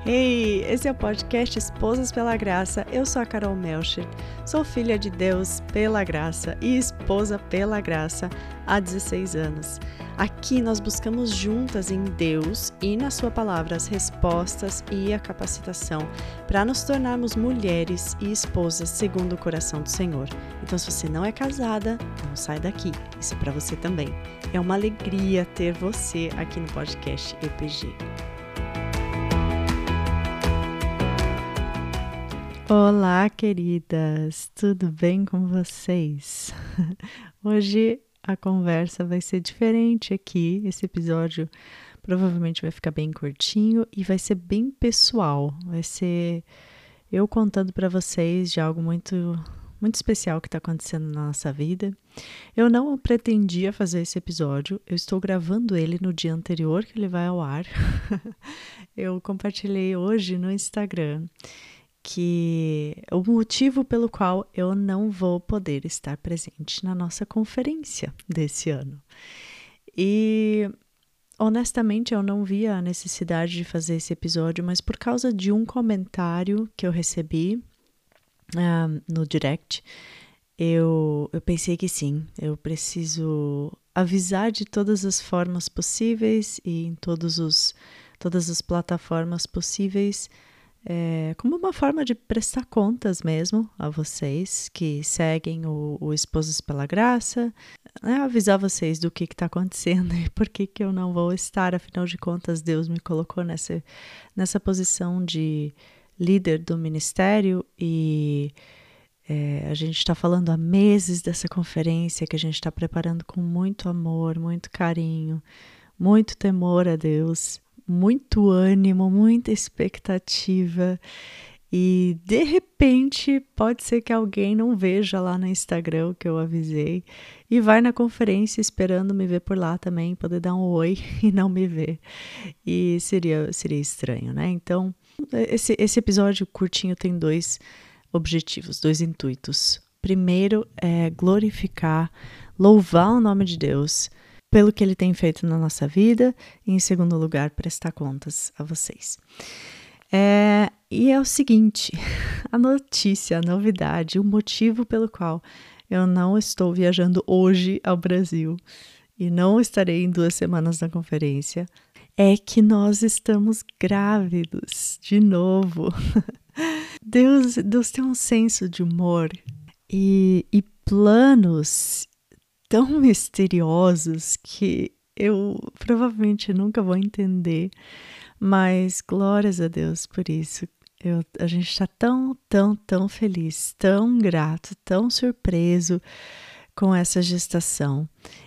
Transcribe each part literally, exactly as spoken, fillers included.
Hey, esse é o podcast Esposas pela Graça. Eu sou a Carol Melcher, sou filha de Deus pela graça e esposa pela graça há dezesseis anos. Aqui nós buscamos juntas em Deus e na sua palavra as respostas e a capacitação para nos tornarmos mulheres e esposas segundo o coração do Senhor. Então, se você não é casada, não sai daqui. Isso é para você também. É uma alegria ter você aqui no podcast E P G. Olá, queridas! Tudo bem com vocês? Hoje a conversa vai ser diferente aqui. Esse episódio provavelmente vai ficar bem curtinho e vai ser bem pessoal. Vai ser eu contando para vocês de algo muito, muito especial que está acontecendo na nossa vida. Eu não pretendia fazer esse episódio. Eu estou gravando ele no dia anterior que ele vai ao ar. Eu compartilhei hoje no Instagram que o motivo pelo qual eu não vou poder estar presente na nossa conferência desse ano. E honestamente eu não via a necessidade de fazer esse episódio, mas por causa de um comentário que eu recebi um, no direct, eu, eu pensei que sim, eu preciso avisar de todas as formas possíveis e em todos os, todas as plataformas possíveis, É, como uma forma de prestar contas mesmo a vocês que seguem o, o Esposas pela Graça, né, avisar vocês do que está acontecendo e por que, que eu não vou estar, afinal de contas Deus me colocou nessa, nessa posição de líder do ministério e é, a gente está falando há meses dessa conferência que a gente está preparando com muito amor, muito carinho, muito temor a Deus, muito ânimo, muita expectativa e de repente pode ser que alguém não veja lá no Instagram o que eu avisei e vai na conferência esperando me ver por lá também, poder dar um oi e não me ver e seria, seria estranho, né? Então esse, esse episódio curtinho tem dois objetivos, dois intuitos. Primeiro é glorificar, louvar o nome de Deus pelo que ele tem feito na nossa vida, e em segundo lugar, prestar contas a vocês. É, e é o seguinte, a notícia, a novidade, o motivo pelo qual eu não estou viajando hoje ao Brasil e não estarei em duas semanas na conferência, é que nós estamos grávidos, de novo. Deus, Deus tem um senso de humor e, e planos tão misteriosos que eu provavelmente nunca vou entender, mas glórias a Deus por isso. Eu, a gente está tão, tão, tão feliz, tão grato, tão surpreso com essa gestação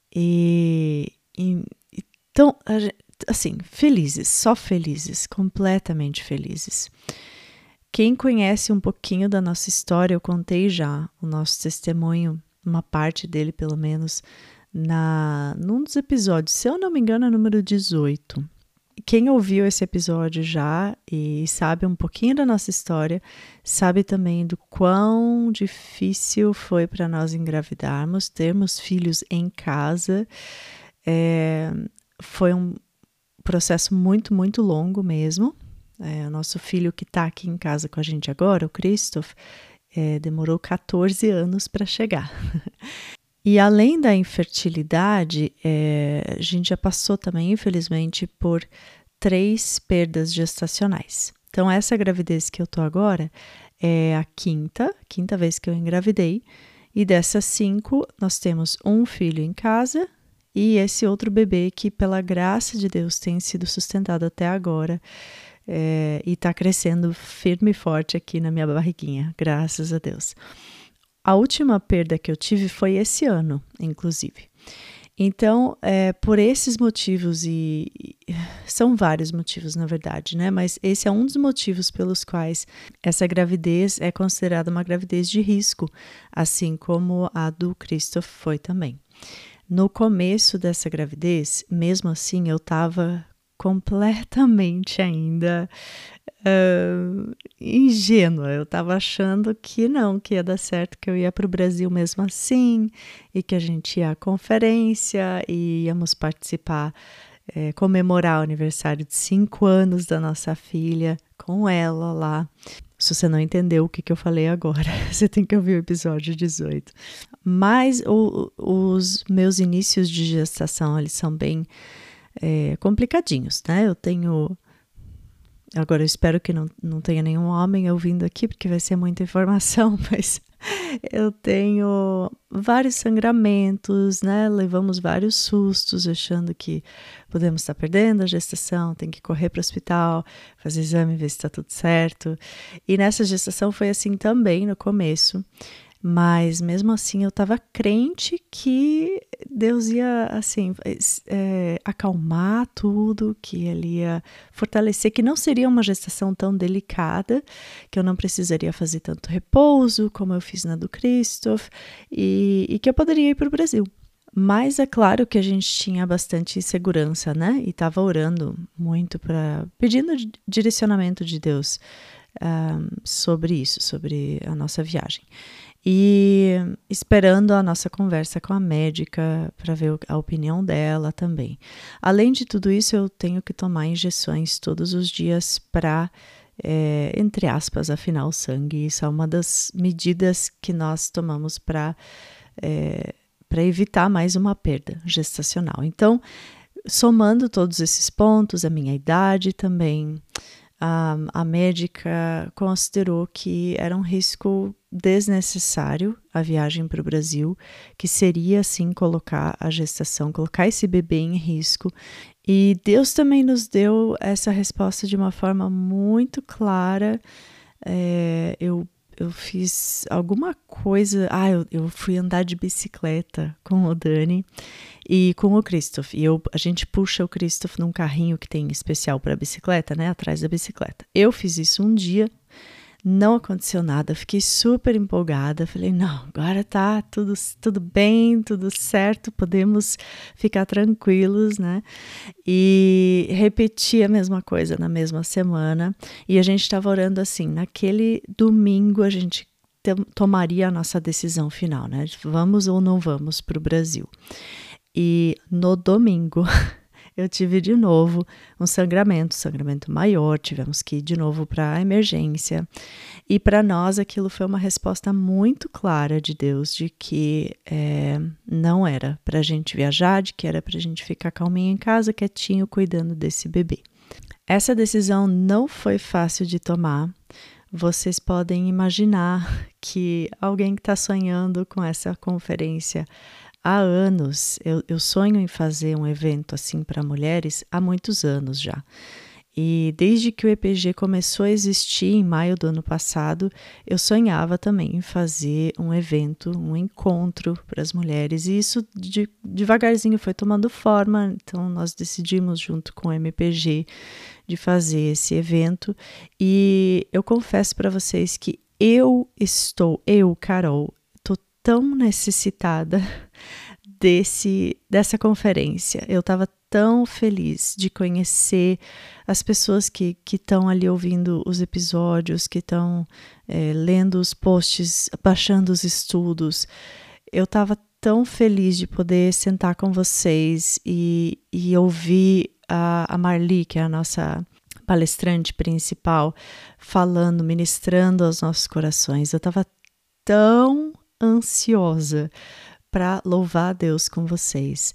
e, e, e tão, assim, felizes, só felizes, completamente felizes. Quem conhece um pouquinho da nossa história, eu contei já o nosso testemunho, uma parte dele pelo menos, na, num dos episódios, se eu não me engano é número dezoito. Quem ouviu esse episódio já e sabe um pouquinho da nossa história, sabe também do quão difícil foi para nós engravidarmos, termos filhos em casa. É, foi um processo muito, muito longo mesmo. É, o nosso filho que está aqui em casa com a gente agora, o Christoph, É, demorou quatorze anos para chegar. E além da infertilidade, é, a gente já passou também, infelizmente, por três perdas gestacionais. Então, essa gravidez que eu tô agora é a quinta, quinta vez que eu engravidei. E dessas cinco, nós temos um filho em casa e esse outro bebê que, pela graça de Deus, tem sido sustentado até agora. É, e está crescendo firme e forte aqui na minha barriguinha, graças a Deus. A última perda que eu tive foi esse ano, inclusive. Então, é, por esses motivos, e, e são vários motivos, na verdade, né? Mas esse é um dos motivos pelos quais essa gravidez é considerada uma gravidez de risco, assim como a do Christoph foi também. No começo dessa gravidez, mesmo assim, eu estava completamente ainda uh, ingênua. Eu estava achando que não, que ia dar certo, que eu ia para o Brasil mesmo assim, e que a gente ia à conferência e íamos participar é, comemorar o aniversário de cinco anos da nossa filha com ela lá. Se você não entendeu o que, que eu falei agora, você tem que ouvir o episódio dezoito. Mas o, os meus inícios de gestação, eles são bem é, complicadinhos, né? Eu tenho... Agora, eu espero que não, não tenha nenhum homem ouvindo aqui, porque vai ser muita informação, mas eu tenho vários sangramentos, né? Levamos vários sustos, achando que podemos estar perdendo a gestação, tem que correr para o hospital, fazer exame, ver se está tudo certo. E nessa gestação foi assim também no começo. Mas mesmo assim eu estava crente que Deus ia assim é, acalmar tudo, que Ele ia fortalecer, que não seria uma gestação tão delicada, que eu não precisaria fazer tanto repouso como eu fiz na do Christoph e, e que eu poderia ir para o Brasil. Mas é claro que a gente tinha bastante segurança, né? E estava orando muito para pedindo direcionamento de Deus um, sobre isso, sobre a nossa viagem. E esperando a nossa conversa com a médica para ver a opinião dela também. Além de tudo isso, eu tenho que tomar injeções todos os dias para, é, entre aspas, afinar o sangue. Isso é uma das medidas que nós tomamos para é, para evitar mais uma perda gestacional. Então, somando todos esses pontos, a minha idade também, a, a médica considerou que era um risco desnecessário a viagem para o Brasil, que seria assim colocar a gestação, colocar esse bebê em risco. E Deus também nos deu essa resposta de uma forma muito clara. É, eu, eu fiz alguma coisa, ah, eu, eu fui andar de bicicleta com o Dani e com o Christoph, e eu, a gente puxa o Christoph num carrinho que tem especial para bicicleta, né, atrás da bicicleta. Eu fiz isso um dia, não aconteceu nada, fiquei super empolgada, falei, não, agora tá tudo, tudo bem, tudo certo, podemos ficar tranquilos, né, e repeti a mesma coisa na mesma semana, e a gente estava orando assim, naquele domingo a gente te- tomaria a nossa decisão final, né, vamos ou não vamos para o Brasil. E no domingo eu tive de novo um sangramento, sangramento maior, tivemos que ir de novo para a emergência. E para nós aquilo foi uma resposta muito clara de Deus, de que é, não era para a gente viajar, de que era para a gente ficar calminho em casa, quietinho, cuidando desse bebê. Essa decisão não foi fácil de tomar. Vocês podem imaginar que alguém que está sonhando com essa conferência há anos, eu, eu sonho em fazer um evento assim para mulheres há muitos anos já. E desde que o E P G começou a existir em maio do ano passado, eu sonhava também em fazer um evento, um encontro para as mulheres. E isso de, devagarzinho foi tomando forma, então nós decidimos junto com o M P G de fazer esse evento. E eu confesso para vocês que eu estou, eu, Carol, estou tão necessitada desse, dessa conferência. Eu estava tão feliz de conhecer as pessoas que estão ali ouvindo os episódios, que estão é, lendo os posts, baixando os estudos. Eu estava tão feliz de poder sentar com vocês e, e ouvir a, a Marli, que é a nossa palestrante principal, falando, ministrando aos nossos corações. Eu estava tão ansiosa para louvar a Deus com vocês.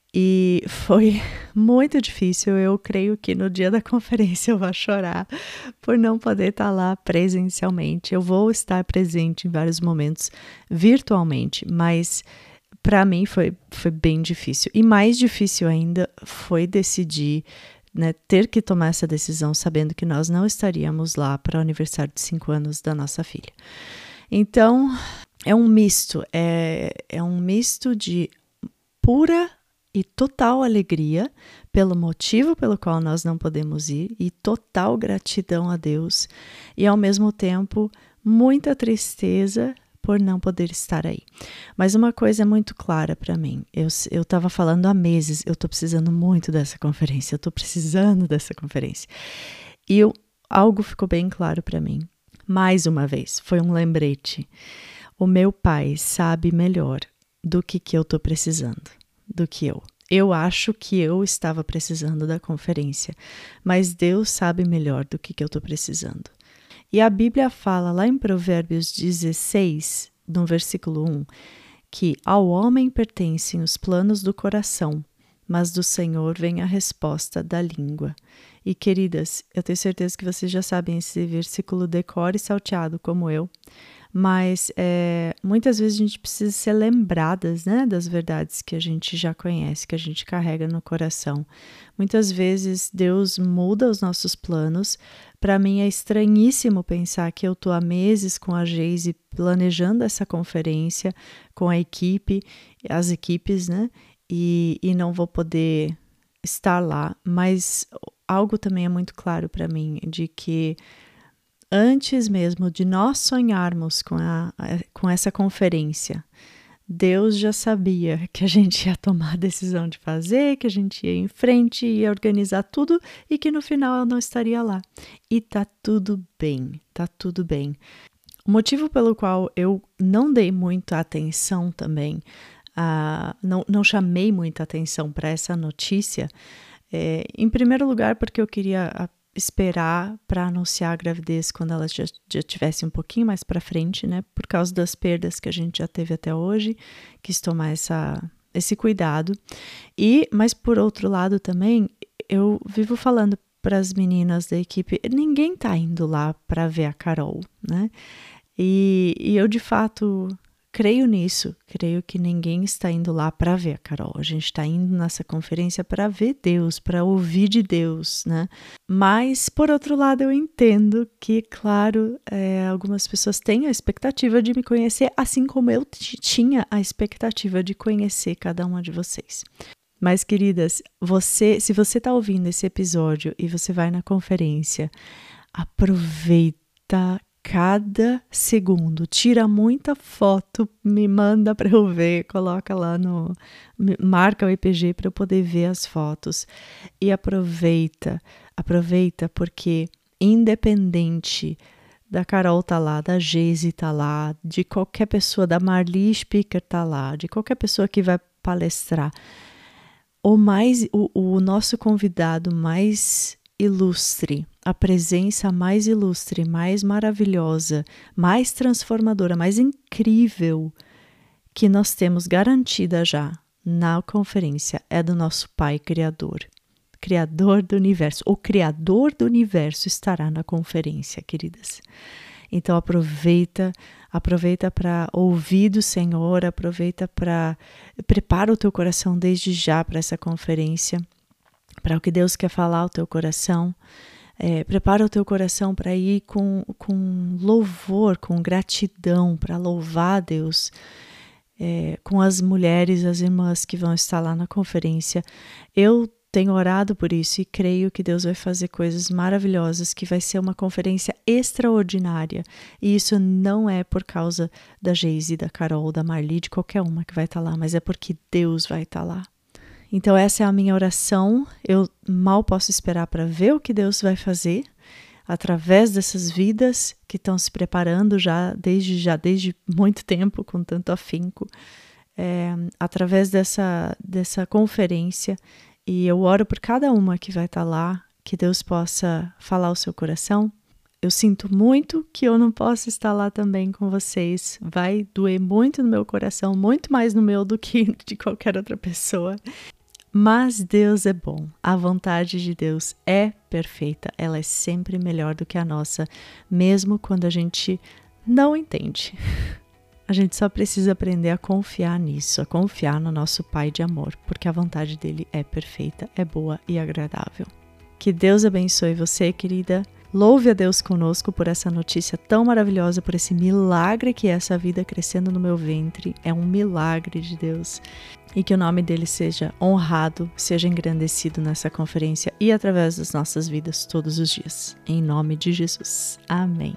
E foi muito difícil, eu creio que no dia da conferência eu vou chorar por não poder estar lá presencialmente. Eu vou estar presente em vários momentos virtualmente, mas para mim foi, foi bem difícil. E mais difícil ainda foi decidir, né, ter que tomar essa decisão sabendo que nós não estaríamos lá para o aniversário de cinco anos da nossa filha. Então, é um misto, é, é um misto de pura e total alegria pelo motivo pelo qual nós não podemos ir e total gratidão a Deus e ao mesmo tempo muita tristeza por não poder estar aí. Mas uma coisa é muito clara para mim, eu eu estava falando há meses, eu estou precisando muito dessa conferência, eu estou precisando dessa conferência e eu, algo ficou bem claro para mim, mais uma vez, foi um lembrete. O meu pai sabe melhor do que, que eu estou precisando, do que eu. Eu acho que eu estava precisando da conferência, mas Deus sabe melhor do que, que eu estou precisando. E a Bíblia fala lá em Provérbios dezesseis, no versículo um, que ao homem pertencem os planos do coração, mas do Senhor vem a resposta da língua. E queridas, eu tenho certeza que vocês já sabem esse versículo de cor e salteado como eu, mas é, muitas vezes a gente precisa ser lembradas, né, das verdades que a gente já conhece, que a gente carrega no coração. Muitas vezes Deus muda os nossos planos. Para mim é estranhíssimo pensar que eu estou há meses com a Geise planejando essa conferência com a equipe, as equipes, né, e, e não vou poder estar lá, mas algo também é muito claro para mim, de que antes mesmo de nós sonharmos com, a, com essa conferência, Deus já sabia que a gente ia tomar a decisão de fazer, que a gente ia em frente, ia organizar tudo e que no final eu não estaria lá. E tá tudo bem, tá tudo bem. O motivo pelo qual eu não dei muita atenção também, uh, não, não chamei muita atenção para essa notícia, é, em primeiro lugar porque eu queria esperar para anunciar a gravidez quando ela já, já tivesse um pouquinho mais para frente, né? Por causa das perdas que a gente já teve até hoje, quis tomar essa, esse cuidado. E, mas por outro lado também, eu vivo falando para as meninas da equipe, ninguém tá indo lá para ver a Carol, né? E, e eu de fato creio nisso, creio que ninguém está indo lá para ver a Carol, a gente está indo nessa conferência para ver Deus, para ouvir de Deus, né? Mas, por outro lado, eu entendo que, claro, é, algumas pessoas têm a expectativa de me conhecer, assim como eu t- tinha a expectativa de conhecer cada uma de vocês. Mas, queridas, você, se você está ouvindo esse episódio e você vai na conferência, aproveita cada segundo, tira muita foto, me manda para eu ver, coloca lá no, marca o I P G para eu poder ver as fotos e aproveita, aproveita porque independente da Carol tá lá, da Geise tá lá, de qualquer pessoa, da Marli Speaker tá lá, de qualquer pessoa que vai palestrar, o mais, o, o nosso convidado mais ilustre, a presença mais ilustre, mais maravilhosa, mais transformadora, mais incrível que nós temos garantida já na conferência é do nosso Pai Criador, Criador do Universo. O Criador do Universo estará na conferência, queridas. Então aproveita, aproveita para ouvir do Senhor, aproveita para prepara o teu coração desde já para essa conferência, para o que Deus quer falar ao teu coração. É, prepara o teu coração para ir com, com louvor, com gratidão, para louvar a Deus, é, com as mulheres, as irmãs que vão estar lá na conferência. Eu tenho orado por isso e creio que Deus vai fazer coisas maravilhosas, que vai ser uma conferência extraordinária. E isso não é por causa da Geise, da Carol, da Marli, de qualquer uma que vai estar lá, mas é porque Deus vai estar lá. Então essa é a minha oração, eu mal posso esperar para ver o que Deus vai fazer através dessas vidas que estão se preparando já desde, já desde muito tempo, com tanto afinco, é, através dessa, dessa conferência, e eu oro por cada uma que vai estar lá, que Deus possa falar ao seu coração. Eu sinto muito que eu não possa estar lá também com vocês, vai doer muito no meu coração, muito mais no meu do que de qualquer outra pessoa. Mas Deus é bom, a vontade de Deus é perfeita, ela é sempre melhor do que a nossa, mesmo quando a gente não entende. A gente só precisa aprender a confiar nisso, a confiar no nosso Pai de amor, porque a vontade dele é perfeita, é boa e agradável. Que Deus abençoe você, querida. Louve a Deus conosco por essa notícia tão maravilhosa, por esse milagre que é essa vida crescendo no meu ventre. É um milagre de Deus. E que o nome dele seja honrado, seja engrandecido nessa conferência e através das nossas vidas todos os dias. Em nome de Jesus. Amém.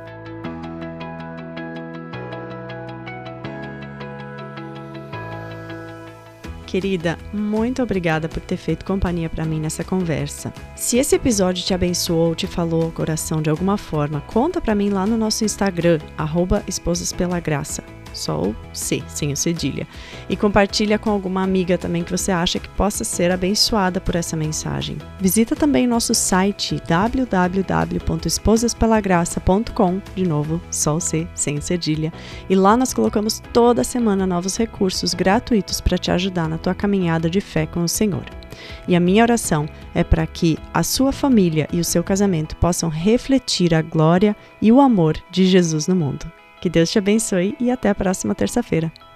Querida, muito obrigada por ter feito companhia para mim nessa conversa. Se esse episódio te abençoou ou te falou ao coração de alguma forma, conta para mim lá no nosso Instagram, arroba Esposas Pela Graça. só o C, sem o cedilha. E compartilha com alguma amiga também que você acha que possa ser abençoada por essa mensagem. Visita também nosso site w w w ponto esposas pela graça ponto com, de novo, só o C, sem o cedilha. E lá nós colocamos toda semana novos recursos gratuitos para te ajudar na tua caminhada de fé com o Senhor. E a minha oração é para que a sua família e o seu casamento possam refletir a glória e o amor de Jesus no mundo. Que Deus te abençoe e até a próxima terça-feira.